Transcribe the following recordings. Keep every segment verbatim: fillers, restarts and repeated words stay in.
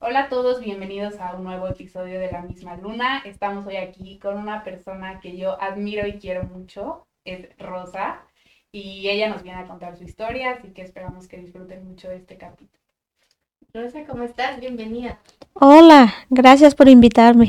Hola a todos, bienvenidos a un nuevo episodio de La Misma Luna. Estamos hoy aquí con una persona que yo admiro y quiero mucho, es Rosa, y ella nos viene a contar su historia, así que esperamos que disfruten mucho de este capítulo. Rosa, ¿cómo estás? Bienvenida. Hola, gracias por invitarme.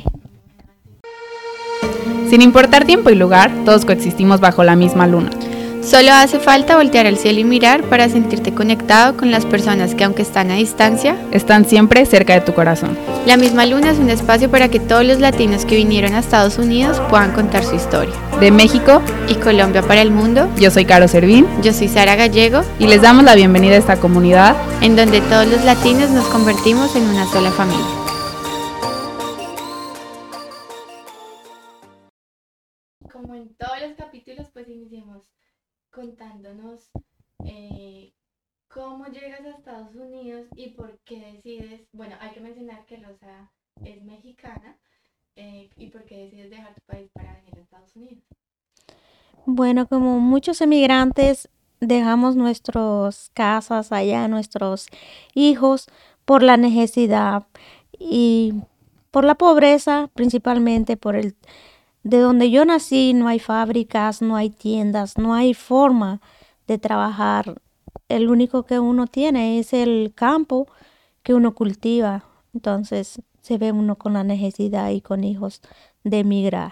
Sin importar tiempo y lugar, todos coexistimos bajo la misma luna. Solo hace falta voltear al cielo y mirar para sentirte conectado con las personas que, aunque están a distancia, están siempre cerca de tu corazón. La Misma Luna es un espacio para que todos los latinos que vinieron a Estados Unidos puedan contar su historia. De México y Colombia para el mundo, yo soy Caro Servín. Yo soy Sara Gallego. Y les damos la bienvenida a esta comunidad en donde todos los latinos nos convertimos en una sola familia. Como en todos los capítulos, pues iniciemos contándonos eh, cómo llegas a Estados Unidos y por qué decides, bueno, hay que mencionar que Rosa es mexicana, eh, y por qué decides dejar tu país para venir a Estados Unidos. Bueno, como muchos emigrantes, dejamos nuestras casas allá, nuestros hijos, por la necesidad y por la pobreza, principalmente por el... De donde yo nací no hay fábricas, no hay tiendas, no hay forma de trabajar. El único que uno tiene es el campo que uno cultiva. Entonces se ve uno con la necesidad y con hijos de emigrar.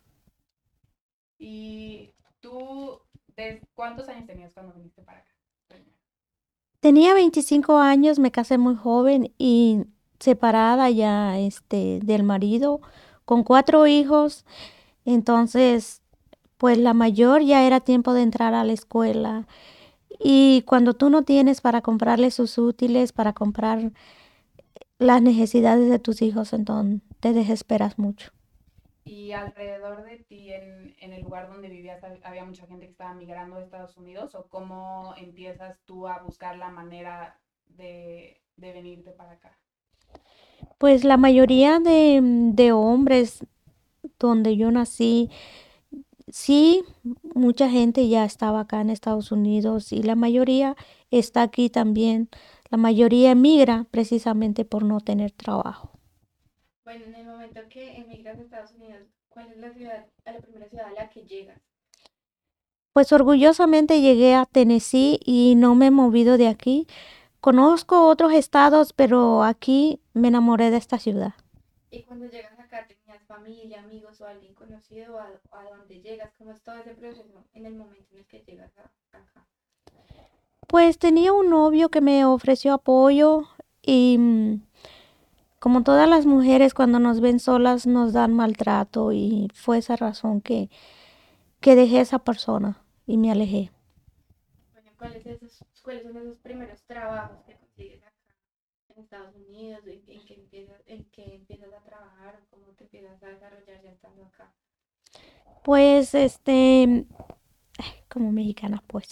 ¿Y tú, de cuántos años tenías cuando viniste para acá? Tenía veinticinco años, me casé muy joven y separada ya este, del marido, con cuatro hijos. Entonces, pues la mayor ya era tiempo de entrar a la escuela. Y cuando tú no tienes para comprarle sus útiles, para comprar las necesidades de tus hijos, entonces te desesperas mucho. ¿Y alrededor de ti, en, en el lugar donde vivías, había mucha gente que estaba migrando de Estados Unidos? ¿O cómo empiezas tú a buscar la manera de, de venirte para acá? Pues la mayoría de, de hombres donde yo nací, sí, mucha gente ya estaba acá en Estados Unidos y la mayoría está aquí también. La mayoría emigra precisamente por no tener trabajo. Bueno, en el momento que emigras a Estados Unidos, ¿cuál es la ciudad, a la primera ciudad a la que llegas? Pues orgullosamente llegué a Tennessee y no me he movido de aquí. Conozco otros estados, pero aquí me enamoré de esta ciudad. ¿Y cuando llegas acá tenías familia, amigos o alguien conocido a, a dónde llegas? ¿Cómo es todo ese proceso en el momento en el que llegas a, acá? Pues tenía un novio que me ofreció apoyo y mm, como todas las mujeres cuando nos ven solas nos dan maltrato y fue esa razón que, que dejé a esa persona y me alejé. Bueno, ¿cuáles, esos, ¿cuáles son esos primeros trabajos que consigues acá en Estados Unidos? ¿En, en, qué, empiezas, ¿En qué empiezas a trabajar? ¿Cómo te empiezas a desarrollar ya estando acá? Pues este, como mexicana pues,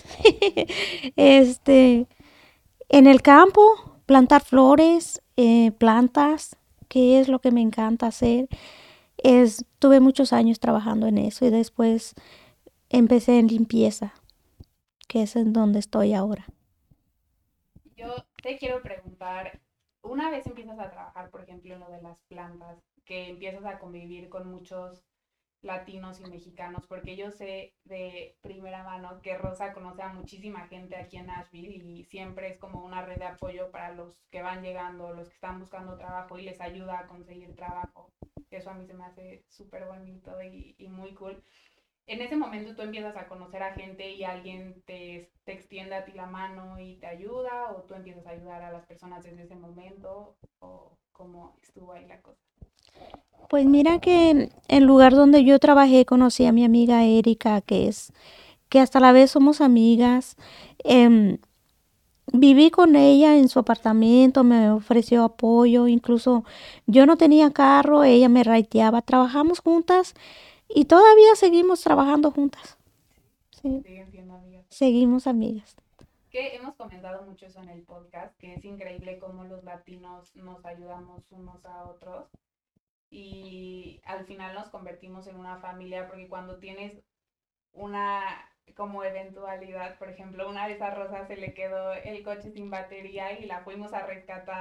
este, en el campo, plantar flores, eh, plantas, que es lo que me encanta hacer. Es, tuve muchos años trabajando en eso y después empecé en limpieza, que es en donde estoy ahora. Yo te quiero preguntar, una vez empiezas a trabajar, por ejemplo, en lo de las plantas, que empiezas a convivir con muchos latinos y mexicanos, porque yo sé de primera mano que Rosa conoce a muchísima gente aquí en Nashville y siempre es como una red de apoyo para los que van llegando, los que están buscando trabajo y les ayuda a conseguir trabajo. Eso a mí se me hace súper bonito y, y muy cool. En ese momento tú empiezas a conocer a gente y alguien te, te extiende a ti la mano y te ayuda, o tú empiezas a ayudar a las personas desde ese momento, o cómo estuvo ahí la cosa. Pues mira que en el lugar donde yo trabajé conocí a mi amiga Erika, que es que hasta la vez somos amigas. Eh, viví con ella en su apartamento, me ofreció apoyo, incluso yo no tenía carro, ella me raiteaba, trabajamos juntas y todavía seguimos trabajando juntas. Sí. Siguen siendo amigas. Seguimos amigas. Que hemos comentado mucho eso en el podcast, que es increíble cómo los latinos nos ayudamos unos a otros y al final nos convertimos en una familia, porque cuando tienes una como eventualidad, por ejemplo, una vez a Rosa se le quedó el coche sin batería y la fuimos a rescatar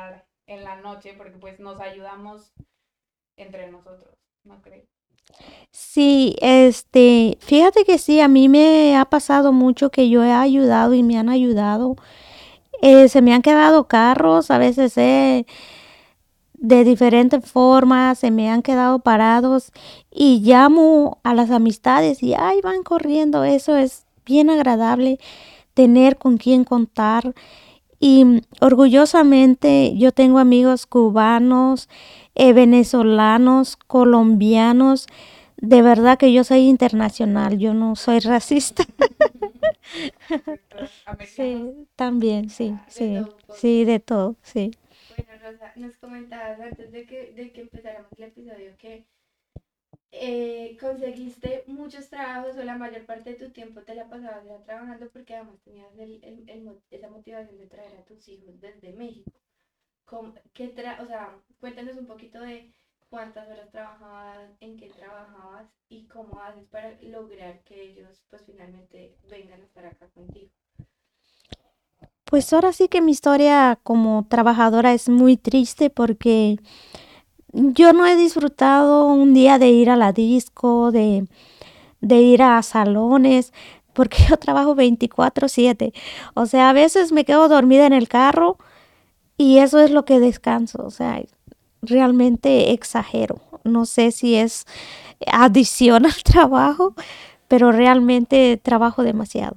en la noche, porque pues nos ayudamos entre nosotros, ¿no crees? Sí, este, fíjate que sí, a mí me ha pasado mucho que yo he ayudado y me han ayudado. Eh, se me han quedado carros, a veces eh, de diferentes formas, se me han quedado parados y llamo a las amistades y ahí van corriendo. Eso es bien agradable tener con quién contar. Y mm, orgullosamente yo tengo amigos cubanos, eh, venezolanos, colombianos. De verdad que yo soy internacional, yo no soy racista. Perfecto. Americanos, Sí, también, sí, Ah, de sí, todo un sí, poco. de todo, sí. Bueno, Rosa, nos comentabas antes de que, de que empezáramos el episodio que eh, conseguiste muchos trabajos o la mayor parte de tu tiempo te la pasabas ya trabajando porque además tenías el, el, el mo- esa motivación de traer a tus hijos desde México. ¿Cómo- qué tra- o sea, cuéntanos un poquito de cuántas horas trabajabas, en qué trabajabas y cómo haces para lograr que ellos pues finalmente vengan a estar acá contigo. Pues ahora sí que mi historia como trabajadora es muy triste porque yo no he disfrutado un día de ir a la disco, de, de ir a salones, porque yo trabajo veinticuatro siete. O sea, a veces me quedo dormida en el carro y eso es lo que descanso. O sea, realmente exagero. No sé si es adición al trabajo, pero realmente trabajo demasiado.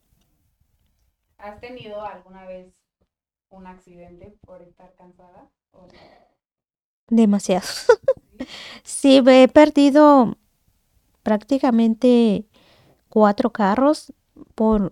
¿has tenido alguna vez un accidente por estar cansada o no? Demasiado. Sí. Sí, he perdido prácticamente cuatro carros por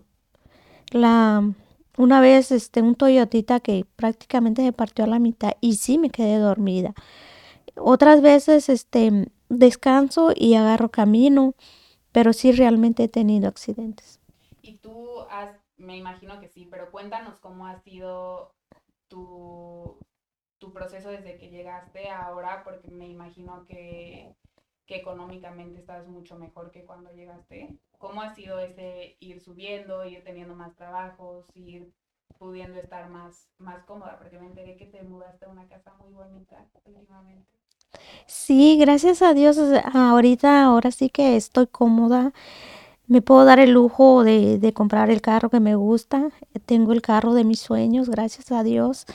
la una vez este un Toyotita que prácticamente se partió a la mitad y sí me quedé dormida. Otras veces este descanso y agarro camino, pero sí realmente he tenido accidentes. Y tú has, me imagino que sí, pero cuéntanos cómo ha sido tu, tu proceso desde que llegaste a ahora, porque me imagino que, que económicamente estás mucho mejor que cuando llegaste. ¿Cómo ha sido ese ir subiendo, ir teniendo más trabajos, ir pudiendo estar más, más cómoda? Porque me enteré que te mudaste a una casa muy bonita últimamente. Sí, gracias a Dios, o sea, ahorita ahora sí que estoy cómoda. Me puedo dar el lujo de, de comprar el carro que me gusta. Tengo el carro de mis sueños, gracias a Dios.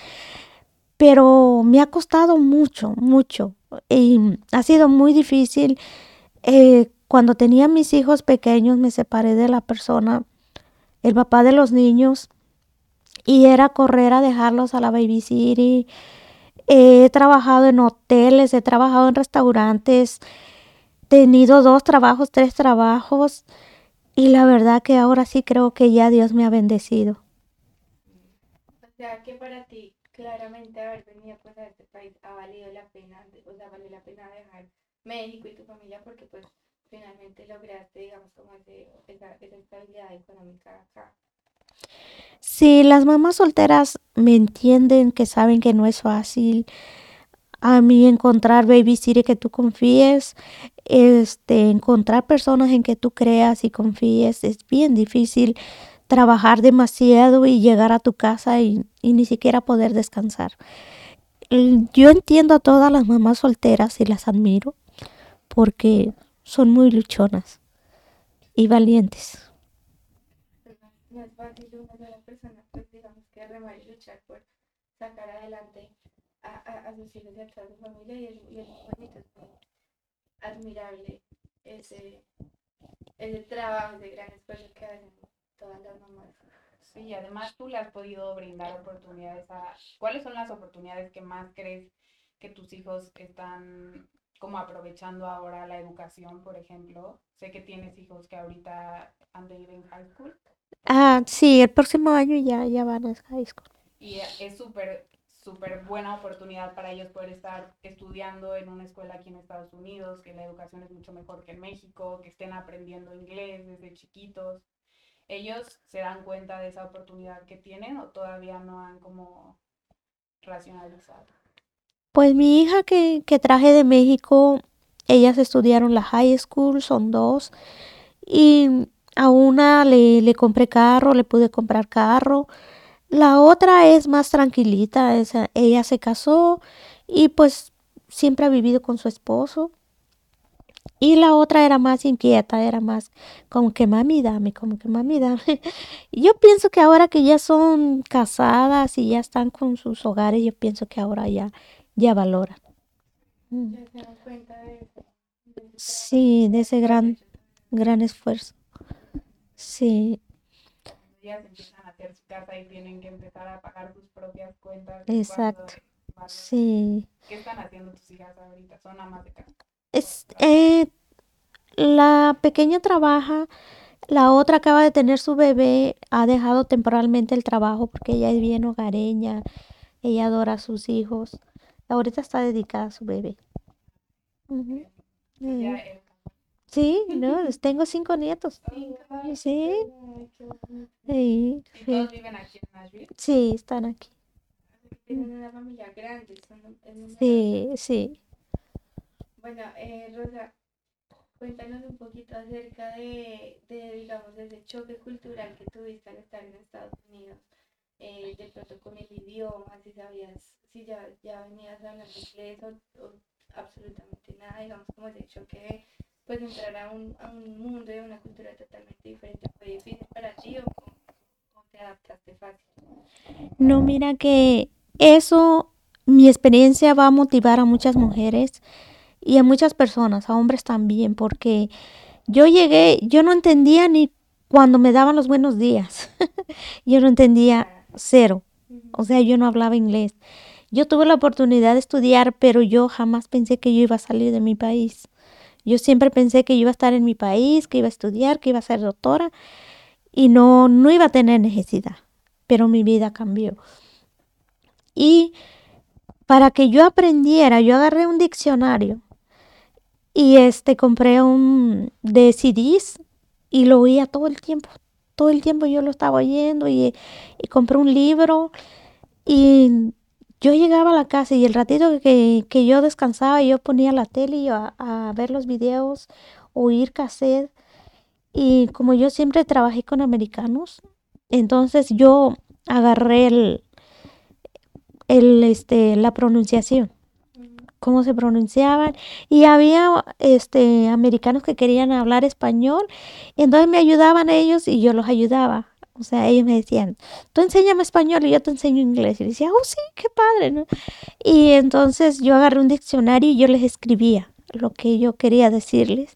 Pero me ha costado mucho, mucho. Y ha sido muy difícil. Eh, cuando tenía mis hijos pequeños me separé de la persona, el papá de los niños, y era correr a dejarlos a la Baby City. He trabajado en hoteles, he trabajado en restaurantes, he tenido dos trabajos, tres trabajos, y la verdad que ahora sí creo que ya Dios me ha bendecido. O sea que para ti claramente haber venido pues a este país ha valido la pena, o sea, valió la pena dejar México y tu familia porque pues finalmente lograste, digamos, como ese, esa, esa estabilidad económica acá. Si las mamás solteras me entienden, que saben que no es fácil, a mí encontrar babysitter que tú confíes, este, encontrar personas en que tú creas y confíes, es bien difícil trabajar demasiado y llegar a tu casa y, y ni siquiera poder descansar. El- Yo entiendo a todas las mamás solteras y las admiro porque son muy luchonas y valientes. Pues no, no es fácil una sola persona, pues digamos que remar y luchar por sacar adelante a, a, a sus hijos y a toda su familia y es, y es muy bonito, es muy admirable ese, ese trabajo, ese gran esfuerzo que hacen todas las mamás. Sí, además tú le has podido brindar oportunidades a... ¿Cuáles son las oportunidades que más crees que tus hijos están como aprovechando ahora la educación, por ejemplo? Sé que tienes hijos que ahorita han de ir en high school Ah, sí, el próximo año ya, ya van a high school. y es súper, súper buena oportunidad para ellos poder estar estudiando en una escuela aquí en Estados Unidos, que la educación es mucho mejor que en México, que estén aprendiendo inglés desde chiquitos. ¿Ellos se dan cuenta de esa oportunidad que tienen o todavía no han como racionalizado? Pues mi hija que, que traje de México, ellas estudiaron la high school, son dos, y a una le, le compré carro, le pude comprar carro, La otra es más tranquilita, esa, ella se casó y pues siempre ha vivido con su esposo. Y la otra era más inquieta, era más como que mami dame, como que mami dame. Yo pienso que ahora que ya son casadas y ya están con sus hogares, yo pienso que ahora ya, ya valoran. Mm. Ya se dan cuenta de eso, de ese trabajo Sí, de que, ese que has gran, hecho también. gran esfuerzo. Sí, Cuando ellas empiezan a hacer su casa y tienen que empezar a pagar sus propias cuentas, es cuando exacto. valoran. Sí. ¿Qué están haciendo tus hijas ahorita? ¿Son amas de casa o Es, trabajan? eh, la pequeña trabaja, la otra acaba de tener su bebé, ha dejado temporalmente el trabajo porque ella es bien hogareña, ella adora a sus hijos. Ahorita está dedicada a su bebé. Ujú. Que, que ya Eh, educan. Sí, no, les tengo cinco nietos. Cinco Sí, nietos, ay, qué bonito. sí, ¿Y sí, todos viven aquí en Nashville? sí, están aquí. Tienen una familia grande, son, es numerosa. Sí, sí. Bueno, eh, Rosa, cuéntanos un poquito acerca de, de, digamos, ese choque cultural que tuviste al estar en Estados Unidos, eh, de pronto con el idioma, si sabías, si ya, ya venías hablando inglés o, o absolutamente nada, digamos, como ese choque de, pues, entrar a un, a un mundo y a una cultura totalmente diferente, ¿fue difícil para ti o, o, o te adaptaste fácil? No, mira que eso, mi experiencia va a motivar a muchas mujeres y a muchas personas, a hombres también, porque yo llegué, yo no entendía ni cuando me daban los buenos días. Yo no entendía Nada. cero. O Ujú. sea, yo no hablaba inglés. Yo tuve la oportunidad de estudiar, pero yo jamás pensé que yo iba a salir de mi país. Yo siempre pensé que yo iba a estar en mi país, que iba a estudiar, que iba a ser doctora y no, no iba a tener necesidad. Pero mi vida cambió. Y para que yo aprendiera, yo agarré un diccionario y este compré un de C Ds y lo oía todo el tiempo. Todo el tiempo yo lo estaba oyendo y, y compré un libro y yo llegaba a la casa y el ratito que, que yo descansaba yo ponía la tele y a, a ver los videos, oír cassette y como yo siempre trabajé con americanos, entonces yo agarré el, el este, la pronunciación, Ujú. cómo se pronunciaban y había este americanos que querían hablar español y entonces me ayudaban ellos y yo los ayudaba. O sea, ellos me decían, tú enséñame español y yo te enseño inglés. Y decía, oh sí, qué padre, ¿no? Y entonces yo agarré un diccionario y yo les escribía lo que yo quería decirles.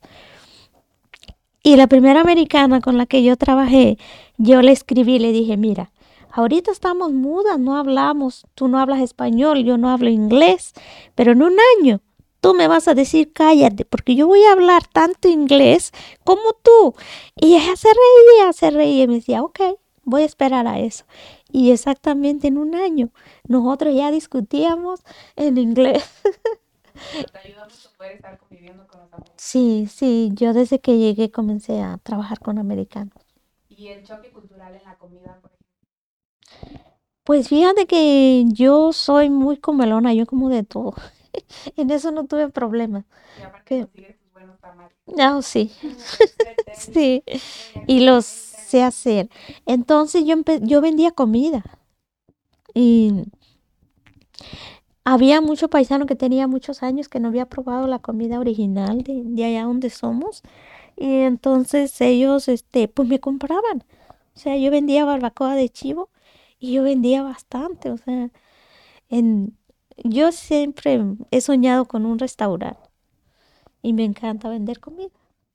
Y la primera americana con la que yo trabajé, yo le escribí, le dije, mira, ahorita estamos mudas, no hablamos, tú no hablas español, yo no hablo inglés, pero en un año tú me vas a decir cállate, porque yo voy a hablar tanto inglés como tú. Y ella se reía, se reía y me decía, ok, voy a esperar a eso. Y exactamente en un año nosotros ya discutíamos en inglés. Pero te ayuda mucho poder estar conviviendo con los americanos. Sí, sí, yo desde que llegué comencé a trabajar con americanos. Y el choque cultural en la comida, por ejemplo. Pues fíjate que yo soy muy comelona, yo como de todo. En eso no tuve problema. Y aparte Que, consigues tus buenos tamales. ah, sí, Perfecto. sí, Bueno, y Rosa, los me sé encanta. hacer. Entonces yo, empe- yo vendía comida y había mucho paisano que tenía muchos años que no había probado la comida original de, de allá donde somos. Y entonces ellos, este, pues me compraban. O sea, yo vendía barbacoa de chivo y yo vendía bastante. O sea, en, yo siempre he soñado con un restaurante y me encanta vender comida.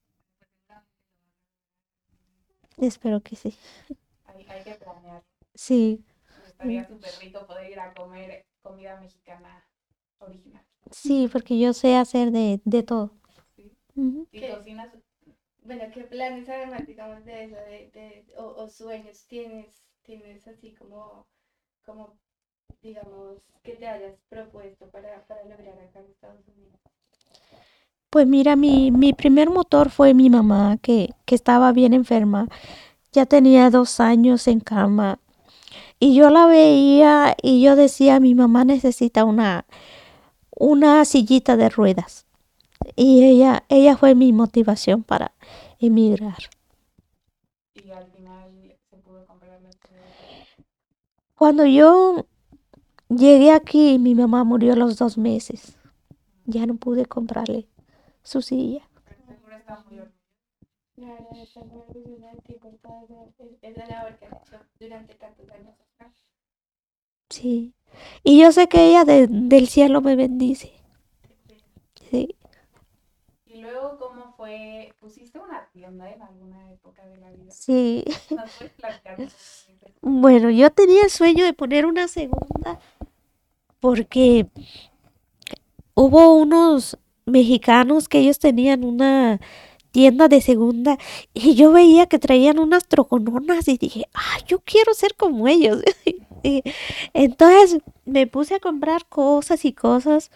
Espero que sí. Hay, hay que planear. Sí, Estaría súper rico poder ir a comer comida mexicana original. sí, porque yo sé hacer de, de todo. ¿Sí? Ujú. Y ¿Qué, cocinas. bueno, qué planes además, digamos, de eso, de, de, o, o sueños tienes, tienes así como, como, digamos, que te hayas propuesto para, para lograr acá en Estados Unidos? Pues mira, mi, mi primer motor fue mi mamá, que, que estaba bien enferma. Ya tenía dos años en cama. Y yo la veía y yo decía, mi mamá necesita una, una sillita de ruedas. Y ella, ella fue mi motivación para emigrar. Y al final se pudo comprar la silla de ruedas. Cuando yo llegué aquí, mi mamá murió a los dos meses. Ya no pude comprarle su silla. Pero seguro está muy orgullosa. La verdad, estoy muy orgullosa de ti por toda esa, esa labor que has hecho durante tantos años. Sí. Y yo sé que ella de- del cielo me bendice. Sí. Y luego, ¿cómo fue? ¿Pusiste una tienda en alguna época de la vida? Sí. ¿Nos puedes platicar un poco de esa experiencia? Bueno, yo tenía el sueño de poner una segunda porque hubo unos mexicanos que ellos tenían una tienda de segunda y yo veía que traían unas trocononas y dije, ah, yo quiero ser como ellos. Y entonces me puse a comprar cosas y cosas.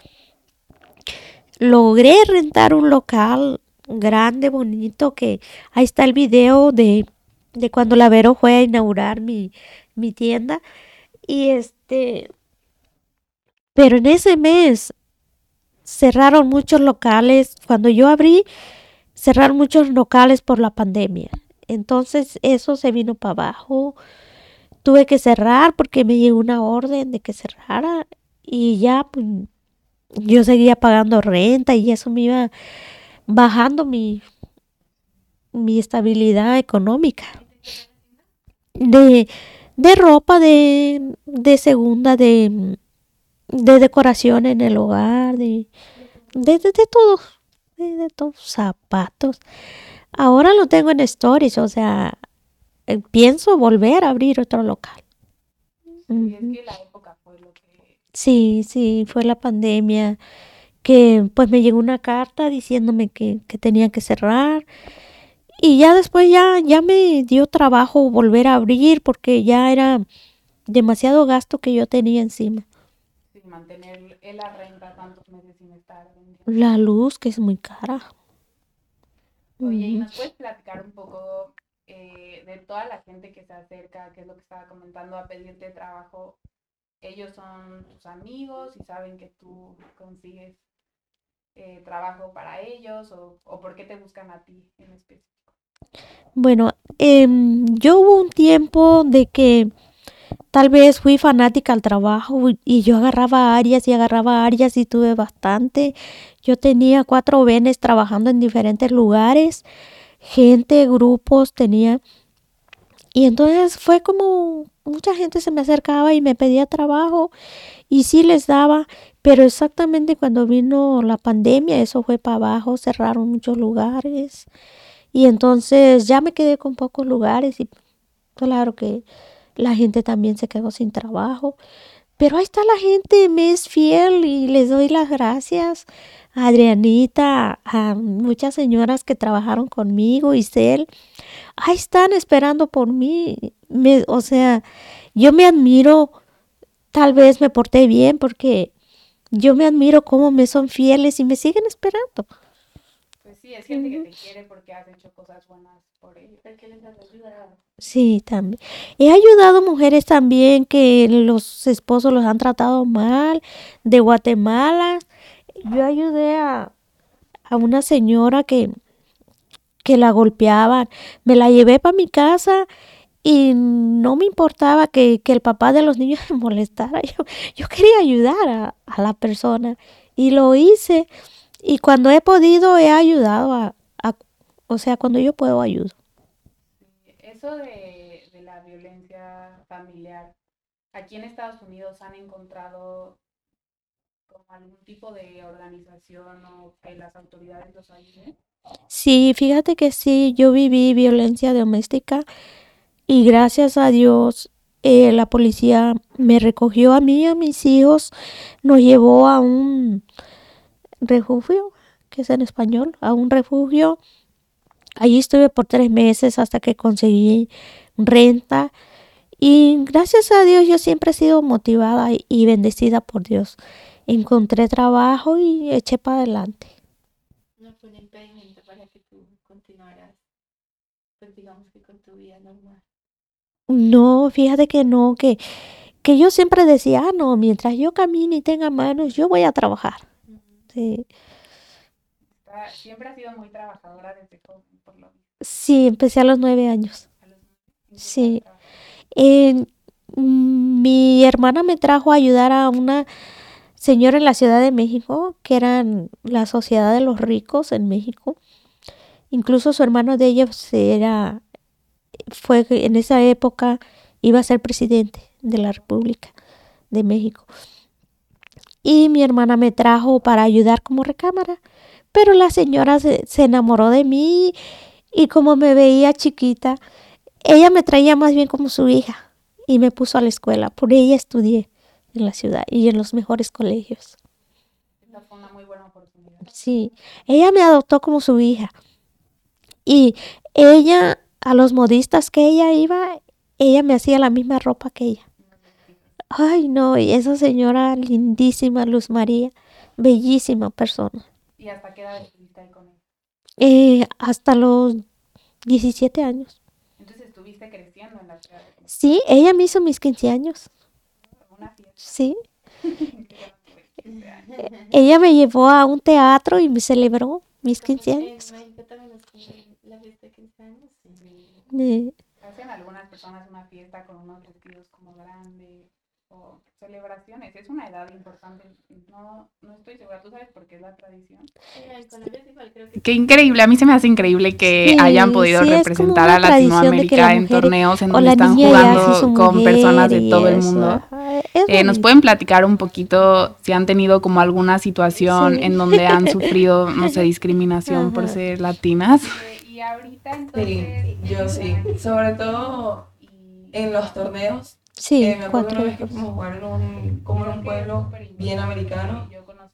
Logré rentar un local grande, bonito, que ahí está el video de, de cuando la Vero fue a inaugurar mi, mi tienda. Y este, pero en ese mes cerraron muchos locales. Cuando yo abrí, cerraron muchos locales por la pandemia. Entonces eso se vino para abajo. Tuve que cerrar porque me llegó una orden de que cerrara y ya pues, yo seguía pagando renta y eso me iba bajando mi, mi estabilidad económica. De, de ropa, de, de segunda, de, de decoración en el hogar, de, de, de, de todo, de, de todo, zapatos. Ahora lo tengo en stories, o sea, eh, pienso volver a abrir otro local. Y es Ujú. que la época fue lo que... Sí, sí, fue la pandemia que pues me llegó una carta diciéndome que, que tenía que cerrar y ya después ya, ya me dio trabajo volver a abrir porque ya era demasiado gasto que yo tenía encima. Sí, mantener en la renta tantos meses sin estar vendiendo. La luz que es muy cara. Oye, ¿y Ujú. nos puedes platicar un poco eh, de toda la gente que se acerca, que es lo que estaba comentando, a pedirte trabajo? Ellos son tus amigos y saben que tú consigues eh, trabajo para ellos o, o por qué te buscan a ti en específico. Bueno, em, yo hubo un tiempo de que tal vez fui fanática al trabajo y y yo agarraba áreas y agarraba áreas y tuve bastante. Yo tenía cuatro venes trabajando en diferentes lugares, gente, grupos tenía. Y entonces fue como mucha gente se me acercaba y me pedía trabajo y sí les daba, pero exactamente cuando vino la pandemia eso fue para abajo, cerraron muchos lugares y entonces ya me quedé con pocos lugares y claro que la gente también se quedó sin trabajo. Pero ahí está la gente, me es fiel y les doy las gracias a Adrianita, a muchas señoras que trabajaron conmigo, Isel. Ahí están esperando por mí. Me, o sea, yo me admiro, tal vez me porté bien porque yo me admiro cómo me son fieles y me siguen esperando. Pues sí, es gente que Ujú. te quiere porque has hecho cosas buenas por ellos. Porque les has ayudado. Sí, también. He ayudado mujeres también que los esposos los han tratado mal, de Guatemala. Yo ayudé a, a una señora que, que la golpeaban. Me la llevé para mi casa y no me importaba que, que el papá de los niños me molestara. Yo, yo quería ayudar a, a la persona y lo hice. Y cuando he podido, he ayudado a, a- o sea, cuando yo puedo, ayudo. Sí, eso de, de la violencia familiar, aquí en Estados Unidos han encontrado como algún tipo de organización o que las autoridades los ayuden. Sí, fíjate que sí, yo viví violencia doméstica y gracias a Dios eh, la policía me recogió a mí y a mis hijos, nos llevó a un refugio, que es en español, a un refugio. Allí estuve por tres meses hasta que conseguí renta y gracias a Dios yo siempre he sido motivada y y bendecida por Dios. Encontré trabajo y eché para adelante. No fue un impedimento para que tú continuaras, pues digamos que con tu vida normal. No, fíjate que no, que, que yo siempre decía, ah, no, mientras yo camine y tenga manos, yo voy a trabajar. Ujú. Sí, Está, siempre ha sido muy trabajadora desde joven, por lo visto. sí, empecé a los nueve años. A los ¿En qué estabas Sí, trabajando? en- mm, mi hermana me trajo a ayudar a una señora en la Ciudad de México, que eran la sociedad de los ricos en México. Incluso su hermano de ella se era, fue en esa época, iba a ser presidente de la República de México. Y mi hermana me trajo para ayudar como recámara. Pero la señora se, se enamoró de mí y como me veía chiquita, ella me traía más bien como su hija y me puso a la escuela. Por ella estudié en la ciudad y en los mejores colegios. Esa fue una muy buena oportunidad. Sí, ella me adoptó como su hija. Y ella, a los modistas que ella iba, ella me hacía la misma ropa que ella. Ay, no, y esa señora lindísima, Luz María, bellísima persona. ¿Y hasta qué edad estuviste ahí con él? Eh, hasta los diecisiete años. Entonces estuviste creciendo en la ciudad. Sí, ella me hizo mis quince años. Una fiesta. Sí. Yo ya no tuve quince años. Ella me llevó a un teatro y me celebró mis quince años. En México también es como la fiesta de quince años. Eh, Hacen algunas personas una fiesta con unos vestidos como grandes o celebraciones. Es una edad importante. No, no estoy segura. ¿Tú sabes por qué es la tradición? En Colombia es igual, creo que Qué increíble. A mí se me hace increíble que Sí, hayan podido sí, es como representar una a tradición de que la Latinoamérica en mujer torneos en o donde la están niña ya se hizo jugando con mujer personas de y todo el eso, mundo. ajá, es Eh, ¿Nos bonito. pueden platicar un poquito si han tenido como alguna situación Sí. en donde han sufrido, no sé, discriminación por Ajá. ser latinas? Y ahorita Sí, entonces... yo sí. Sobre todo en los torneos. Sí, Eh, me acuerdo cuatro una de vez que agosto. fuimos a jugar en un, como en un pueblo bien americano,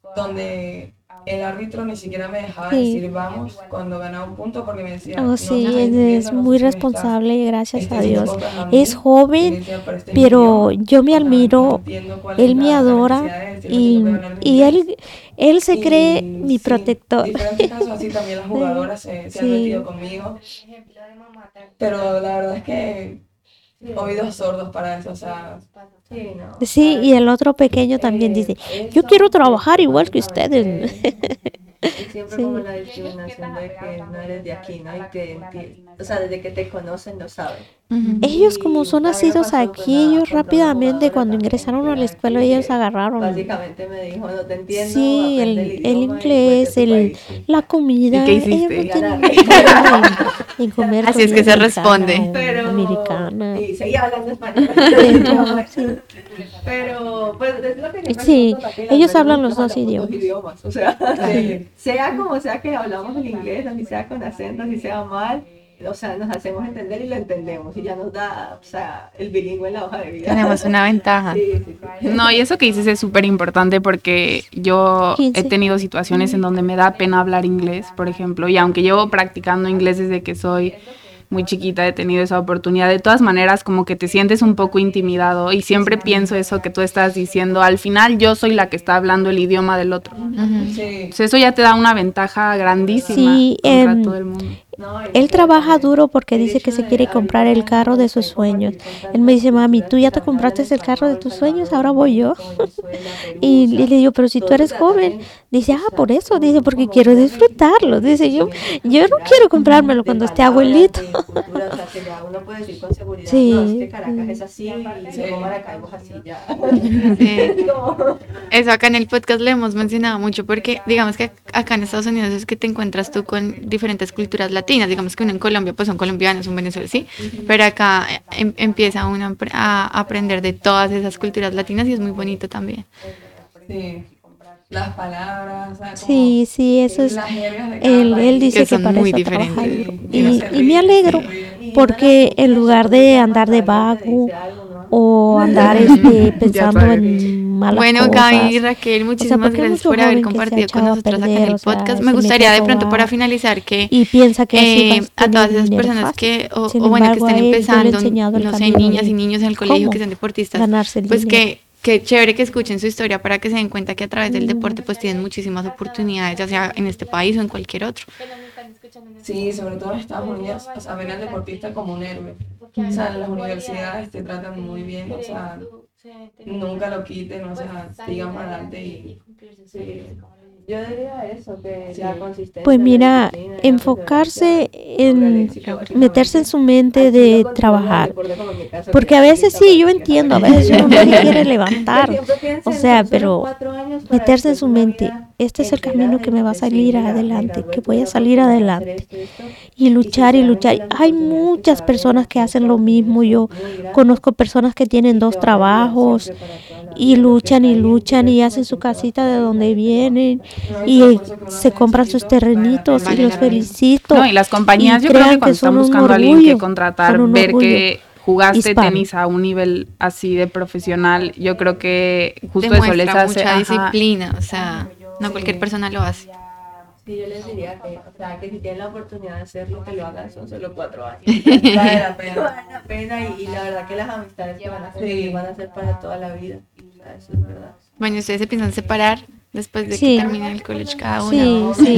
donde el árbitro ni siquiera me dejaba Sí. decir vamos cuando ganaba un punto porque me decía, Oh, no sí, te estoy es, es entendiendo, no muy sé si me estás responsable y gracias este, a haciendo Dios. cosas a mí. Es Y me joven, decía, pero este es mi pero idioma. yo me O sea, no admiro, entiendo cuál es él me la, la adora necesidad de decirme que y, tengo que hablar en y inglés. él, él se cree Y mi sí, protector. diferentes casos así también las jugadoras se, se han Sí. metido conmigo, ejemplo de mamá tan- pero la verdad es que oídos sordos para eso, o sea, Sí, no, Sí, para- y el otro pequeño también eh, dice, eso, yo quiero este, trabajar igual que ustedes. básicamente, es siempre Sí. como la discriminación de que no eres de aquí, ¿no? Y que, enti- o sea, desde que te conocen lo saben. Ellos como Y son a mí me nacidos pasó, pues, aquí, nada, ellos con todos los rápidamente jugadores cuando también ingresaron que a la eran escuela aquí, ellos que agarraron, básicamente me dijo, no te entiendo, sí, aprende el, el el idioma y inglés, vete a tu el, país. Sí. la comida. ¿Y qué Ellos no hiciste? tienen Ganar. problema en, en comer Así es que comida se mexicana responde. o Pero, americana. y seguía hablando español. Sí, no, sí. Pero, pues, es lo que siempre Sí, nosotros aquí, ellos al menos hablan los nosotros dos hablamos idiomas. O sea, sí. sea como sea que hablamos el inglés, así sea con acento, así sea mal, o sea, nos hacemos entender y lo entendemos. Y ya nos da, o sea, el bilingüe en la hoja de vida. Tenemos una ventaja. Sí, sí, sí. No, y eso que dices es súper importante porque yo quince. he tenido situaciones en donde me da pena hablar inglés, por ejemplo, y aunque llevo practicando inglés desde que soy muy chiquita, he tenido esa oportunidad, de todas maneras como que te sientes un poco intimidado y siempre pienso eso que tú estás diciendo, al final yo soy la que está hablando el idioma del otro. Sí. Entonces eso ya te da una ventaja grandísima Sí, contra em, todo el mundo. No, y Él nosotros trabaja también, duro porque el dice hecho que se de quiere ahorita comprar el con carro de sus poder sueños. compartir con Él me dice, tantas mami, culturas tú que ya te también compraste hablan el carro de español, tus sueños, Salvador, ahora voy yo. México, Venezuela, Perú, Y o sea, le digo, pero si tú todo eres eso joven, también, dice, o ah, sea, por eso, como- dice, porque como quiero una disfrutarlo. Dice, yo, enriquecimiento yo no cultural, quiero comprármelo de cuando esté palabras, abuelito. de cultura, o sea, que ya uno puede decir con seguridad, Sí, no, es que Caracas sí. es así, y Sí. luego Maracaibo es así, ya. Sí. Como- Eso acá en el podcast lo hemos mencionado mucho porque digamos que acá en Estados Unidos es que te encuentras tú con diferentes culturas latinas, digamos que uno en Colombia pues son colombianos, un Venezuela, sí, pero acá em- empieza uno a apre- a aprender de todas esas culturas latinas y es muy bonito también. Sí. Las palabras, o sea, como Sí, sí, eso es. las jergas de cada Él, él país. dice Que que son para muy eso trabaja diferentes. duro. Y uno Y, se y me ríe, alegro se ríe. y porque en lugar de andar de vago o andar este, pensando sabes. en malas Bueno, cosas. Gaby y Raquel, muchísimas porque hay gracias mucho por haber joven que se ha compartido con echado a nosotros acá en perder, el o sea, podcast. se Me mete gustaría a de pronto para robar finalizar que y piensa que así eh, vas a tener todas esas dinero personas fácil. que, o, Sin o bueno, que embargo, estén a él yo le he empezando, enseñado el no sé, camino niñas de y niños en el colegio cómo que sean deportistas, ganarse el pues dinero. que, que chévere que escuchen su historia para que se den cuenta que a través del deporte pues tienen muchísimas oportunidades, ya sea en este país o en cualquier otro. que nos están escuchando en este Sí, sobre todo en Estados Unidos, o sea, ven al deportista como un héroe. O sea, en las universidades te tratan muy bien, o sea, se debe tener nunca lo quiten, o pues, sea, salir sigan para adelante adelante y y cumplir sus Sí. sueños, como les digo. Yo diría eso, que Sí. la consistencia, Pues la mira, disciplina y la enfocarse perseverancia logra el en éxito, meterse en básicamente. su mente Así lo de considero el trabajar. deporte, como en mi caso, Porque que a es veces pista sí, yo práctica, entiendo, a ¿sabes? veces uno no se quiere Que levantar. siempre O piensen, sea, son solo pero cuatro años para meterse en después su una mente, vida este es el entera camino de que me va a decir, salir mira, me adelante, gradué, que tuve voy a la salir oportunidad de hacer adelante. esto, esto, Y y luchar y sinceramente luchar. las Hay oportunidades que muchas se abren personas aquí que en hacen lo Estados Unidos mismo. son Yo muy grandes conozco personas que tienen y te dos van a ayudar trabajos siempre para toda la y vida. Lo que luchan está y ahí en tu luchan y resumen hacen su siempre va a casita estar de ahí, donde nadie te lo va a vienen quitar. No, y el y esfuerzo que uno se hace compran sus chiquito, vale la terrenitos pena, y Vale los la pena. felicito. No, y las Y compañías yo creo crean que que cuando son están un buscando a alguien que orgullo, contratar, son un ver orgullo que jugaste hispano. tenis a un nivel así de profesional, yo creo que justo eso les Demuestra hace, mucha ajá, disciplina, o sea, no Sí. cualquier persona lo hace. Sí, yo les diría que, o sea, que si tienen la oportunidad de hacerlo, que lo hagan, son solo cuatro años. Vale la pena. Vale la pena y, y la verdad que las amistades que van a conseguir van a ser para toda la vida. O sea, eso es verdad. Bueno, ¿ustedes se piensan separar después de que Sí. terminen el college cada una? Sí, sí.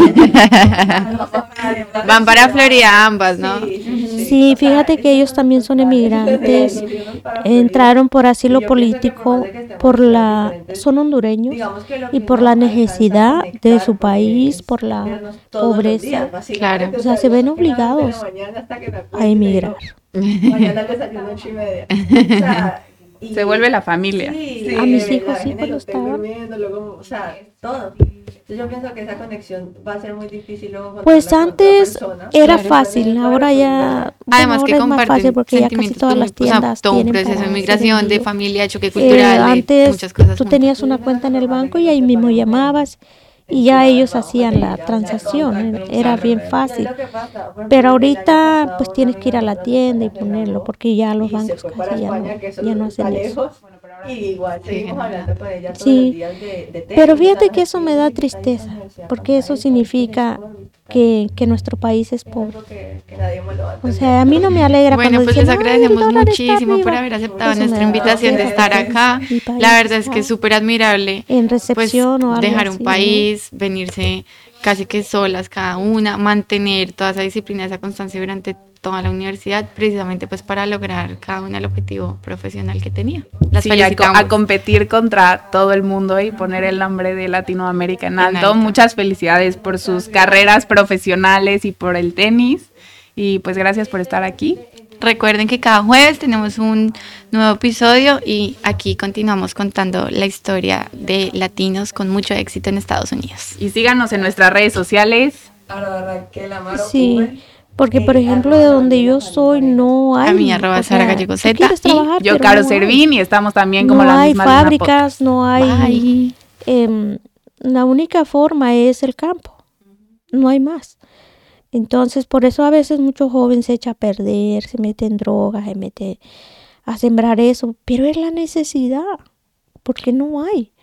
Van para Florida ambas, ¿no? Sí, sí, sí. Sí, O sea, fíjate que ellos también son emigrantes, nos fuimos para Florida. entraron por Y asilo yo pienso que por más político, de que estemos por en ciudades la, diferentes, son hondureños digamos que lo y que por uno la alcanza a necesidad de conectar, su porque país, es por la vernos todos los días, pobreza, básicamente. Claro. o sea, yo se ven saqué las de la obligados mañana hasta que me acuesto a y le emigrar. digo, mañana el desayuno ocho y media. O sea, y- se vuelve la familia. Sí, Sí. A mis de hijos verdad, sí, en el cuando hotel estaban. durmiendo, luego, o sea, todo. Entonces yo pienso que esa conexión va a ser muy difícil luego Pues encontrarla con otra antes persona. era Claro. fácil, ahora ya, bueno, Además que ahora es más fácil comparten porque ya casi sentimientos, todas pues, las o sea, tiendas todo un tienen proceso para de hacer migración, de envío. familia, choque Eh, cultural, de antes muchas cosas tú juntas. tenías una cuenta en el banco y ahí mismo llamabas y ya ellos hacían la transacción, eh, era bien Y es fácil. lo que pasa, por ejemplo, Pero el año ahorita pasado pues una tienes que ir amiga a la de tienda y nosotros se ponerlo graduó porque ya los y se bancos fue para casi ya no, España, que eso ya no está hacen eso. lejos, y igual Sí, seguimos es hablando con ella todos Sí. los días de, de tenis, Pero o sea, fíjate nos que eso me escribe da y está ahí en la tristeza, universidad, porque eso ¿cuánta es? ¿Cuál es significa tu historia? que, que nuestro país es Es pobre. algo que, que nadie me lo va a O entender. sea, a mí no me alegra Bueno, cuando pues dicen, les "Ay, el agradecemos dólar está muchísimo por arriba". haber aceptado Eso me nuestra da invitación de estar tristeza. acá. Mi país La verdad es que es está súper admirable en pues recepción o algo dejar un así, ¿no? país, venirse casi que solas cada una, mantener toda esa disciplina, esa constancia durante toda la universidad, precisamente pues para lograr cada una el objetivo profesional que tenía. Las Sí, a, co- felicitamos. a competir contra todo el mundo y poner el nombre de Latinoamérica en En alto. alto. Muchas felicidades por sus carreras profesionales y por el tenis. Y pues gracias por estar aquí. Recuerden que cada jueves tenemos un nuevo episodio y aquí continuamos contando la historia de latinos con mucho éxito en Estados Unidos. Y síganos en nuestras redes sociales. Ahora Raquel Amaro Sí, V. porque por Eh, ejemplo arroba de donde yo Gabriela soy Paredes. no hay, A mí, arroba o Sara sea, Gallego tú Z, quieres y trabajar, Yo, pero Caro no hay. Servín, y estamos también como No la hay misma Luna Podcast. fábricas, no hay, Bye. em, la única forma es el campo, no hay más. Entonces, por eso a veces muchos jóvenes se echan a perder, se meten en drogas, se meten a sembrar eso, pero es la necesidad, porque no hay.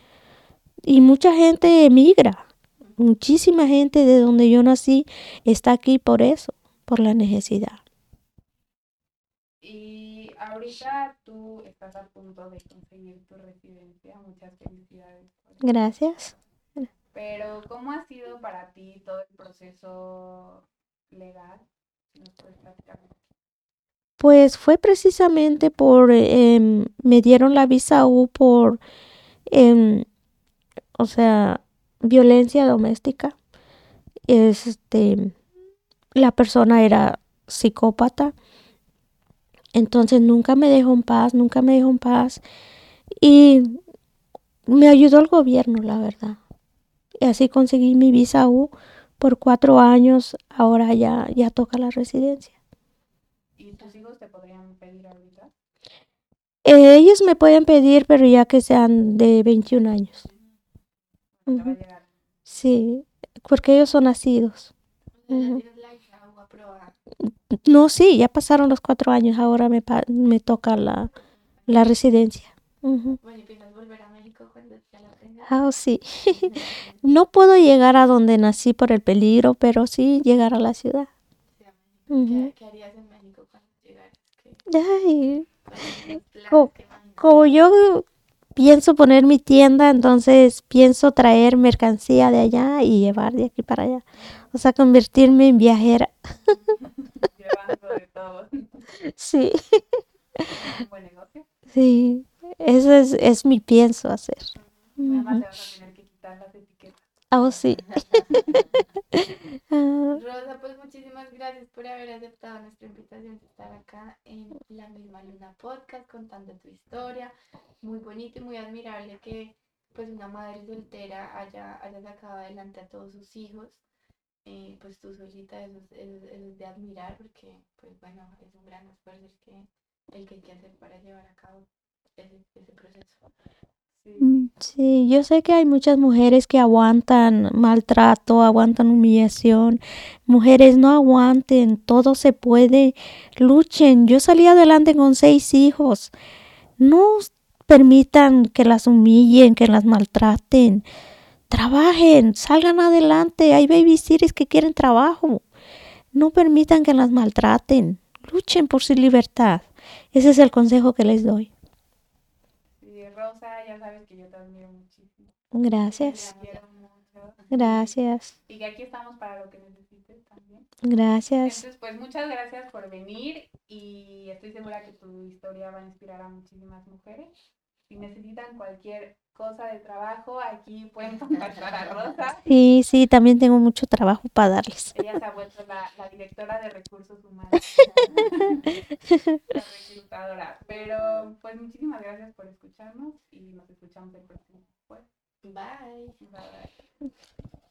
Y mucha gente emigra, muchísima gente de donde yo nací está aquí por eso, por la necesidad. Y ahorita tú estás a punto de conseguir tu residencia. Muchas felicidades. por eso. Gracias. Pero, ¿cómo ha sido para ti todo el proceso legal? Si nos puedes platicar. Pues fue precisamente por, em, me dieron la visa U por, em, o sea, violencia doméstica. Este, la persona era psicópata, entonces nunca me dejó en paz, nunca me dejó en paz y me ayudó el gobierno, la verdad. Y así conseguí mi visa U por cuatro años, ahora ya, ya toca la residencia. ¿Y tus hijos te podrían pedir ahorita? Eh, ellos me pueden pedir, pero ya que sean de veintiún años. Te va a Ujú. llegar. Sí, porque ellos son nacidos. Ujú. Tienes la hija o aprobada. No, sí, ya pasaron los cuatro años, ahora me, pa- me toca la, la residencia. Ujú. Bueno, y piensas volver a México cuando ya la tengas. Ah, sí. No puedo llegar a donde nací por el peligro, pero sí llegar a la ciudad. Ujú. ¿Qué, qué harías en México cuando llegaras? ¿Qué, Ay, cuáles son los planes? Co- ¿Te imaginas? como yo pienso poner mi tienda, entonces pienso traer mercancía de allá y llevar de aquí para allá. O sea, convertirme en viajera. Llevando de todo. Sí, Un buen negocio. Sí, eso es, es mi pienso hacer. Nada más Ujú. te vas a tener que quitar las etiquetas. Oh, sí. Ah, Rosa, pues muchísimas gracias por haber aceptado nuestra invitación de estar acá en La Misma Luna Podcast contando tu historia. Muy bonito y muy admirable que pues una madre soltera haya, haya sacado adelante a todos sus hijos. Eh, pues tú solita, eso es, eso es- eso es de admirar porque pues bueno, es un gran esfuerzo el que, el que hay que hacer para llevar a cabo ese, ese proceso. mm, Sí. sí, yo sé que hay muchas mujeres que aguantan maltrato, aguantan humillación. Mujeres, no aguanten, todo se puede. Luchen. Yo salí adelante con seis hijos. No s- permitan que las humillen, que las maltraten. Trabajen, salgan adelante. Hay babysitters que quieren trabajo. No permitan que las maltraten. Luchen por su libertad. Ese es el consejo que les doy. Sí, Rosa, ya sabes que yo te admiro muchísimo. Gracias. Te quiero mucho. Gracias. Y que aquí estamos para lo que necesites también. Gracias. Entonces, pues muchas gracias por venir y estoy segura que tu historia va a inspirar a muchísimas mujeres. Si necesitan cualquier cosa de trabajo, aquí pueden contactar a Rosa. Sí, sí, también tengo mucho trabajo para darles. Ella se ha vuelto la, la directora de recursos humanos, la reclutadora. Pero pues muchísimas gracias por escucharnos y nos escuchamos el próximo jueves. Bye. Bye bye.